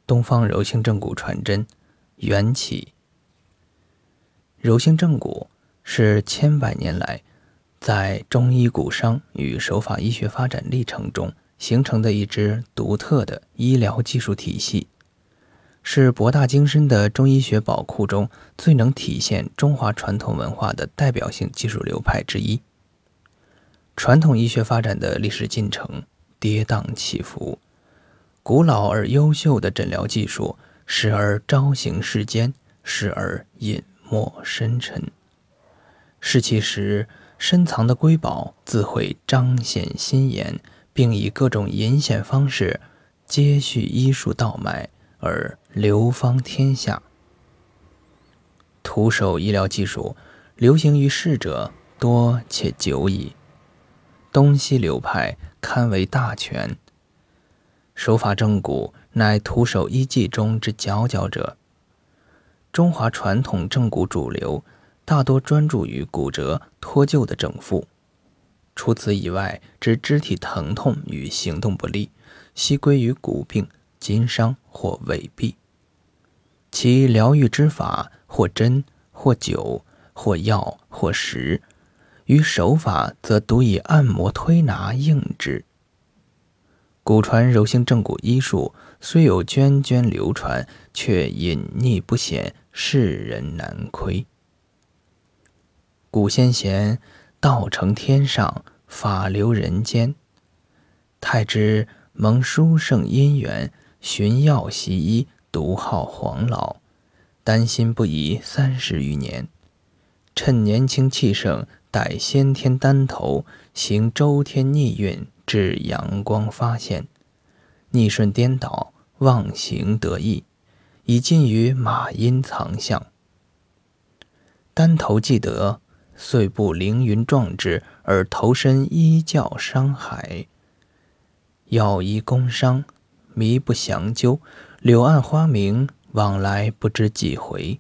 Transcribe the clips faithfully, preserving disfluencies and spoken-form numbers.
东方柔性正骨传真缘起。柔性正骨是千百年来在中医骨伤与手法医学发展历程中形成的一支独特的医疗技术体系，是博大精深的中医学宝库中最能体现中华传统文化的代表性技术流派之一。传统医学发展的历史进程跌宕起伏，古老而优秀的诊疗技术时而昭行世间，时而隐没深沉。是其时深藏的瑰宝自会彰显新颜，并以各种隐显方式接续医术道脉而流芳天下。徒手医疗技术流行于世者多且久矣，东西流派堪为大全。手法正骨乃徒手医技中之佼佼者。中华传统正骨主流大多专注于骨折脱臼的整复，除此以外之肢体疼痛与行动不利，悉归于骨病、筋伤或痿痹。其疗愈之法或针或灸或药或食，于手法则独以按摩推拿应之。古传柔性正骨医术虽有涓涓流传，却隐匿不显，世人难窥。古先贤道成天上，法流人间。太知蒙殊胜因缘，寻药习医，独好黄老，担心不已三十余年。趁年轻气盛，待先天丹头，行周天逆运，至阳光发现，逆顺颠倒，忘形得意，已近于马阴藏象。丹头既得，遂不凌云壮志，而投身医教商海。药医工商，迷不详究，柳暗花明，往来不知几回。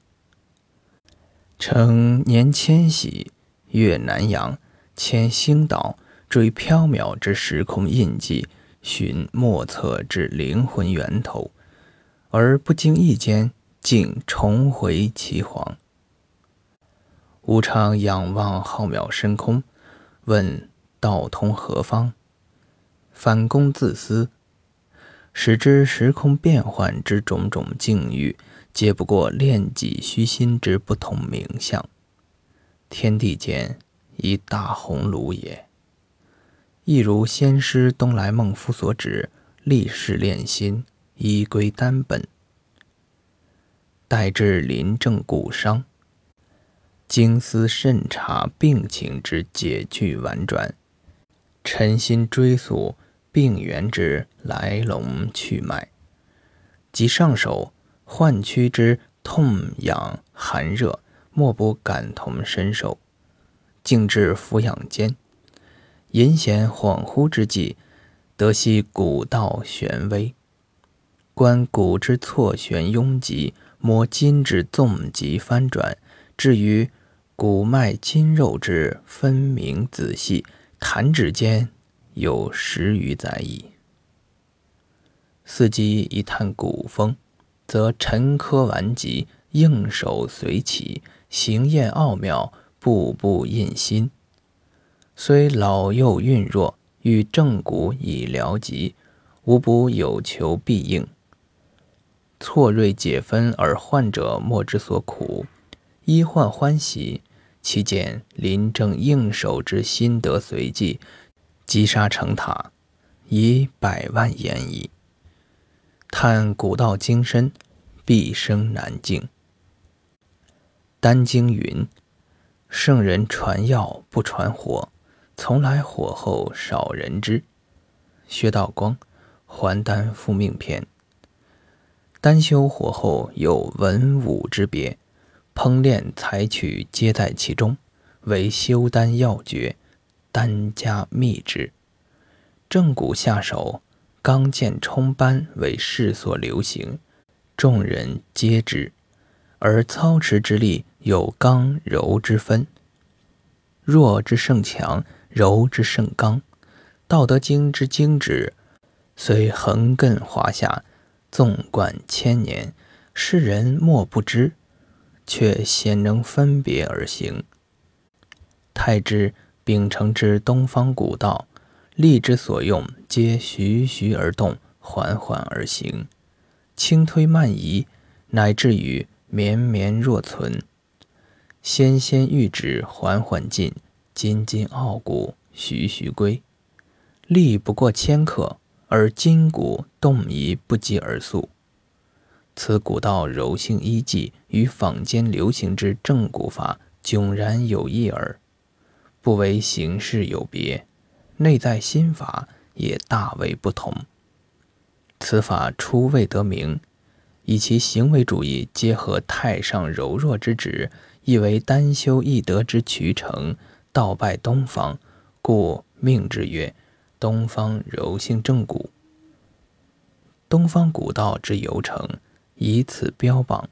乘年千禧，越南洋，牵星岛，追缥缈之时空印记，寻莫测之灵魂源头，而不经意间，竟重回岐黄。吾常仰望浩渺深空，问道通何方？反躬自思，使之时空变幻之种种境遇，皆不过炼己虚心之不同名相。天地间一大鸿胪也。亦如先师东来孟夫所指，立誓炼心，依归丹本。待至临正骨伤，精思慎察病情之解句婉转，沉心追溯病源之来龙去脉，即上手患躯之痛痒寒热，莫不感同身受。静至俯仰间，隐显恍惚之际，得悉骨道玄微，观骨之错旋拥挤，摸筋之纵急翻转，至于骨脉筋肉之分明仔细，弹指间有十余载矣。伺机一探骨风，则沉疴顽疾，应手随起，形验奥妙，步步印心。虽老幼孕弱，与正骨以疗疾，无不有求必应。错锐解分而患者莫之所苦，医患欢喜，其见临正应手之心得随即，积沙成塔，以百万言矣。探古道精深，毕生难尽。丹经云：圣人传药不传火，从来火候少人知。薛道光还丹复命篇。丹修火候有文武之别，烹炼采取皆在其中，为修丹要诀，丹家秘之。正骨下手，刚健冲斑为世所流行，众人皆知，而操持之力有刚柔之分，弱之胜强，柔之胜刚。道德经之经旨，虽横亘华夏， 纵贯千年，世人莫不知，却鲜能分别而行。太之秉承之东方古道，力之所用，皆徐徐而动，缓缓而行，轻推慢移，乃至于绵绵若存。纤纤玉指缓缓进，筋筋拗骨徐徐归。力不过千克，而筋骨动移不疾而速。此古道柔性医技与坊间流行之正骨法迥然有异耳，不为形式有别，内在心法也大为不同。此法初未得名，以其行为主义结合太上柔弱之旨，亦为单修易得之渠成，道拜东方，故命之曰东方柔性正骨。东方古道之由成，以此标榜。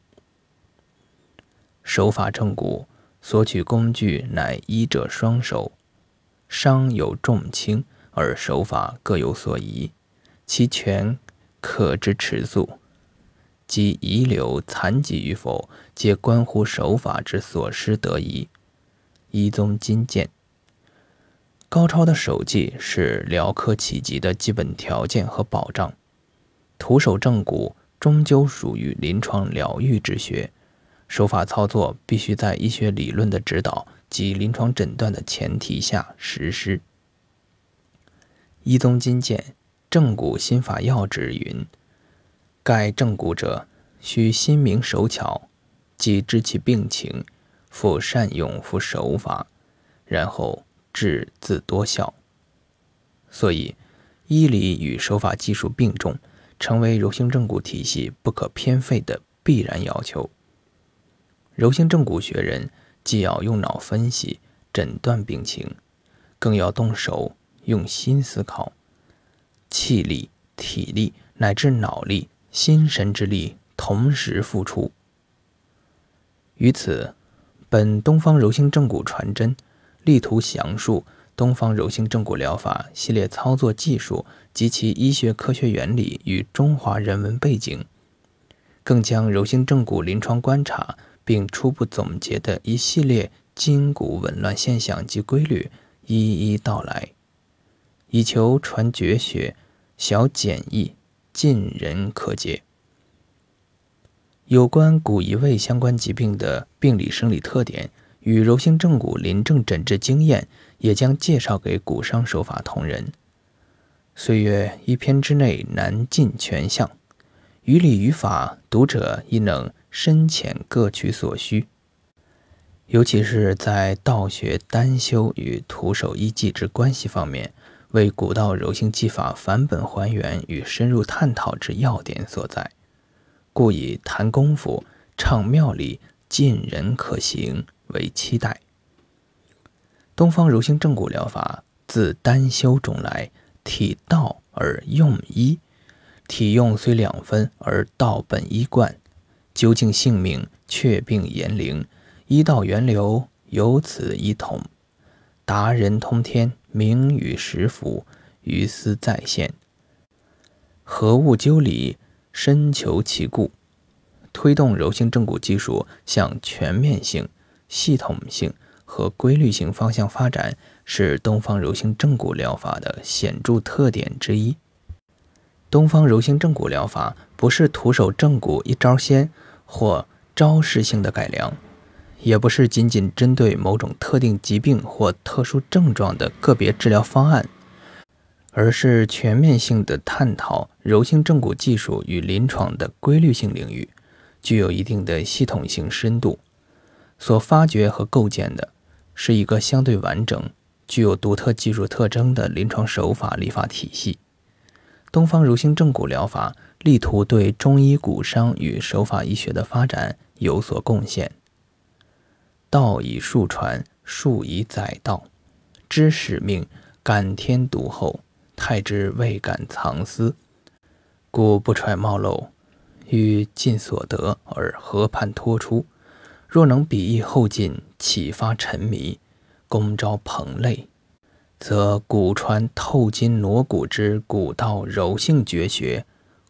手法正骨，所取工具乃医者双手，伤有重轻，而手法各有所宜，其权可知尺素，即遗留残疾与否，皆关乎手法之所失得宜。医宗金鉴，高超的手技是疗科起疾的基本条件和保障。徒手正骨终究属于临床疗愈之学，手法操作必须在医学理论的指导及临床诊断的前提下实施。医宗金鉴正骨心法要旨云：盖正骨者，须心明手巧，即知其病情，复善用夫手法，然后治自多效。所以医理与手法技术并重，成为柔性正骨体系不可偏废的必然要求。柔性正骨学人既要用脑分析诊断病情，更要动手用心思考，气力、体力乃至脑力、心神之力同时付出。于此，本东方柔性正骨传真力图详述东方柔性正骨疗法系列操作技术及其医学科学原理与中华人文背景，更将柔性正骨临床观察并初步总结的一系列筋骨紊乱现象及规律一一道来，以求传绝学，小简易，尽人可解。有关骨移位相关疾病的病理生理特点与柔性正骨临证诊治经验，也将介绍给骨伤手法同仁。岁月一篇之内难尽全项，于理于法，读者亦能深浅各取所需。尤其是在道学单修与徒手医技之关系方面，为古道柔性技法返本还原与深入探讨之要点所在，故以谈功夫、唱妙理、尽人可行为期待。东方柔性正骨疗法自单修中来，体道而用医，体用虽两分，而道本一贯，究竟性命，确病言灵，医道源流由此一统，达人通天，名与实符，于斯再现。何物究理，深求其故，推动柔性正骨技术向全面性、系统性和规律性方向发展，是东方柔性正骨疗法的显著特点之一。东方柔性正骨疗法不是徒手正骨一招鲜或招式性的改良，也不是仅仅针对某种特定疾病或特殊症状的个别治疗方案，而是全面性的探讨柔性正骨技术与临床的规律性领域，具有一定的系统性深度。所发掘和构建的是一个相对完整、具有独特技术特征的临床手法理法体系。东方柔性正骨疗法力图对中医骨伤与手法医学的发展有所贡献。道以术传，术以载道，知使命，感天独厚，太之未敢藏私，故不揣冒漏，欲尽所得而河畔托出。若能比翼后进，启发沉迷，攻招朋类，则古传透筋挪骨之古道柔性绝学，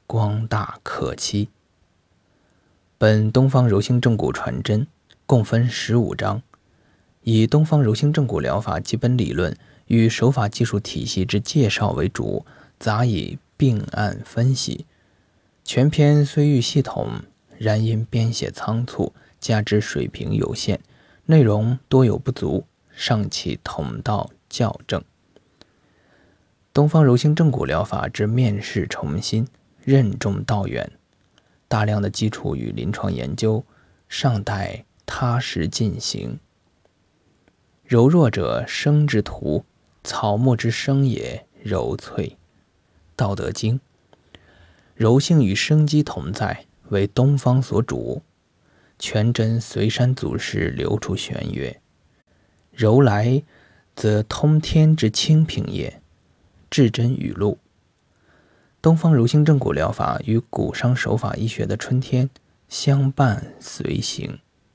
光大可期。本东方柔性正骨传真共分十五章，以东方柔性正骨疗法基本理论与手法技术体系之介绍为主，杂以并案分析。全篇虽欲系统，然因编写仓促，加之水平有限，内容多有不足，尚期统道校正。东方柔性正骨疗法之面世重新，任重道远，大量的基础与临床研究尚待踏实进行。柔弱者生之徒，草木之生也，柔脆。道德经，柔性与生机同在，为东方所主。全真随山祖师流出玄曰：柔来，则通天之清平也。至真语录。东方柔性正骨疗法与骨伤手法医学的春天相伴随行。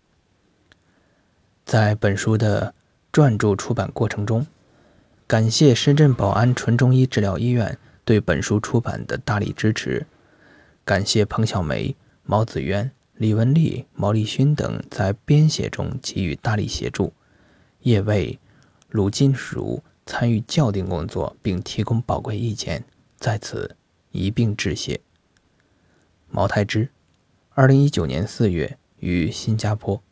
在本书的撰著出版过程中，感谢深圳宝安纯中医治疗医院对本书出版的大力支持，感谢彭小梅、毛子渊、李文丽、毛立勋等在编写中给予大力协助，也为鲁金属参与校订工作并提供宝贵意见，在此一并致谢。毛太之，二零一九年四月于新加坡。